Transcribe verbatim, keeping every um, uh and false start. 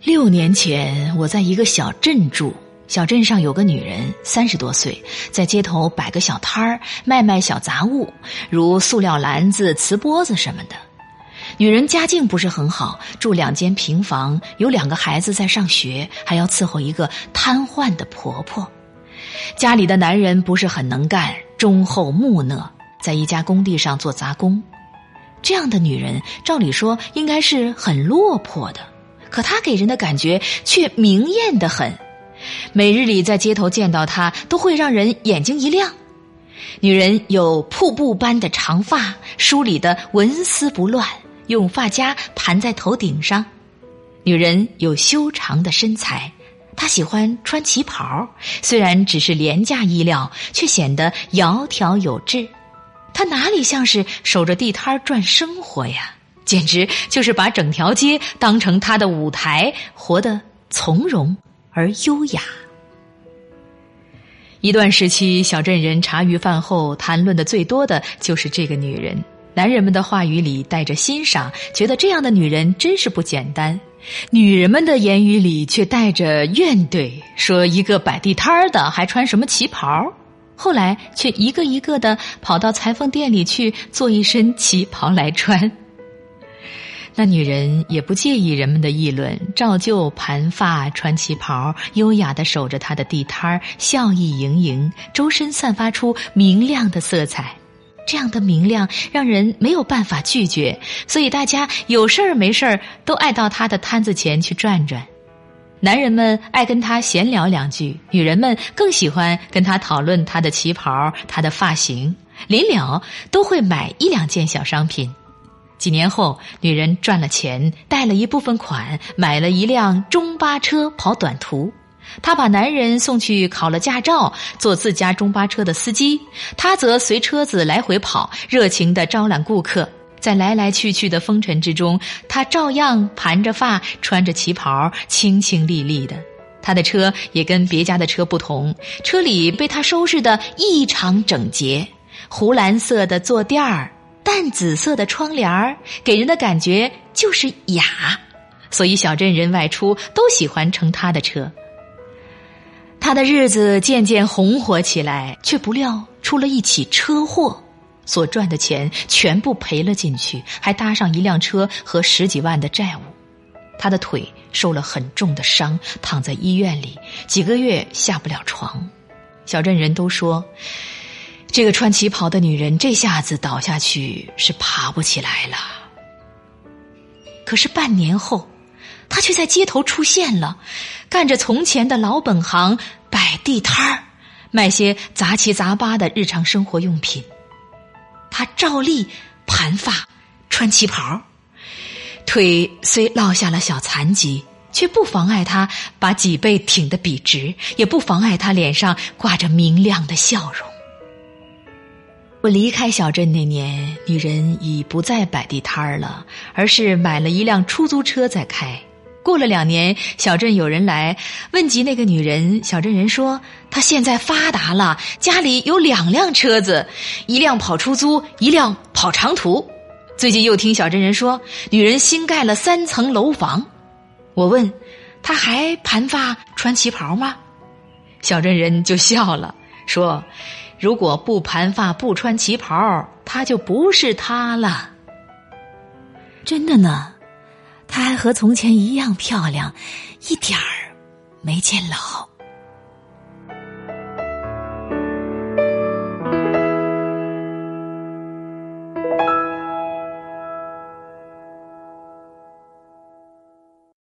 六年前，我在一个小镇住，小镇上有个女人，三十多岁，在街头摆个小摊儿，卖卖小杂物，如塑料篮子、瓷钵子什么的。女人家境不是很好，住两间平房，有两个孩子在上学，还要伺候一个瘫痪的婆婆。家里的男人不是很能干，忠厚木讷，在一家工地上做杂工。这样的女人照理说应该是很落魄的，可她给人的感觉却明艳得很，每日里在街头见到她都会让人眼睛一亮。女人有瀑布般的长发，梳理得纹丝不乱，用发夹盘在头顶上。女人有修长的身材，她喜欢穿旗袍，虽然只是廉价衣料，却显得窈窕有致。她哪里像是守着地摊赚生活呀，简直就是把整条街当成她的舞台，活得从容而优雅。一段时期，小镇人茶余饭后谈论的最多的就是这个女人。男人们的话语里带着欣赏，觉得这样的女人真是不简单。女人们的言语里却带着怨怼，说一个摆地摊的还穿什么旗袍。后来却一个一个的跑到裁缝店里去做一身旗袍来穿。那女人也不介意人们的议论，照旧盘发穿旗袍，优雅地守着她的地摊，笑意盈盈，周身散发出明亮的色彩。这样的明亮让人没有办法拒绝，所以大家有事儿没事儿都爱到她的摊子前去转转。男人们爱跟她闲聊两句，女人们更喜欢跟她讨论她的旗袍、她的发型，临了都会买一两件小商品。几年后，女人赚了钱，贷了一部分款，买了一辆中巴车跑短途。她把男人送去考了驾照，做自家中巴车的司机，她则随车子来回跑，热情地招揽顾客。在来来去去的风尘之中，她照样盘着发，穿着旗袍，清清丽丽的。她的车也跟别家的车不同，车里被她收拾得异常整洁，湖蓝色的坐垫儿，淡紫色的窗帘儿，给人的感觉就是雅，所以小镇人外出都喜欢乘她的车。她的日子渐渐红火起来，却不料出了一起车祸，所赚的钱全部赔了进去，还搭上一辆车和十几万的债务。她的腿受了很重的伤，躺在医院里，几个月下不了床。小镇人都说，这个穿旗袍的女人这下子倒下去是爬不起来了。可是半年后，她却在街头出现了，干着从前的老本行，摆地摊儿，卖些杂七杂八的日常生活用品。她照例盘发穿旗袍，腿虽落下了小残疾，却不妨碍她把脊背挺得笔直，也不妨碍她脸上挂着明亮的笑容。我离开小镇那年，女人已不再摆地摊了，而是买了一辆出租车在开。过了两年，小镇有人来问及那个女人，小镇人说她现在发达了，家里有两辆车子，一辆跑出租，一辆跑长途。最近又听小镇人说，女人新盖了三层楼房。我问她还盘发穿旗袍吗？小镇人就笑了，说如果不盘发不穿旗袍，她就不是她了。真的呢，她还和从前一样漂亮，一点儿没见老。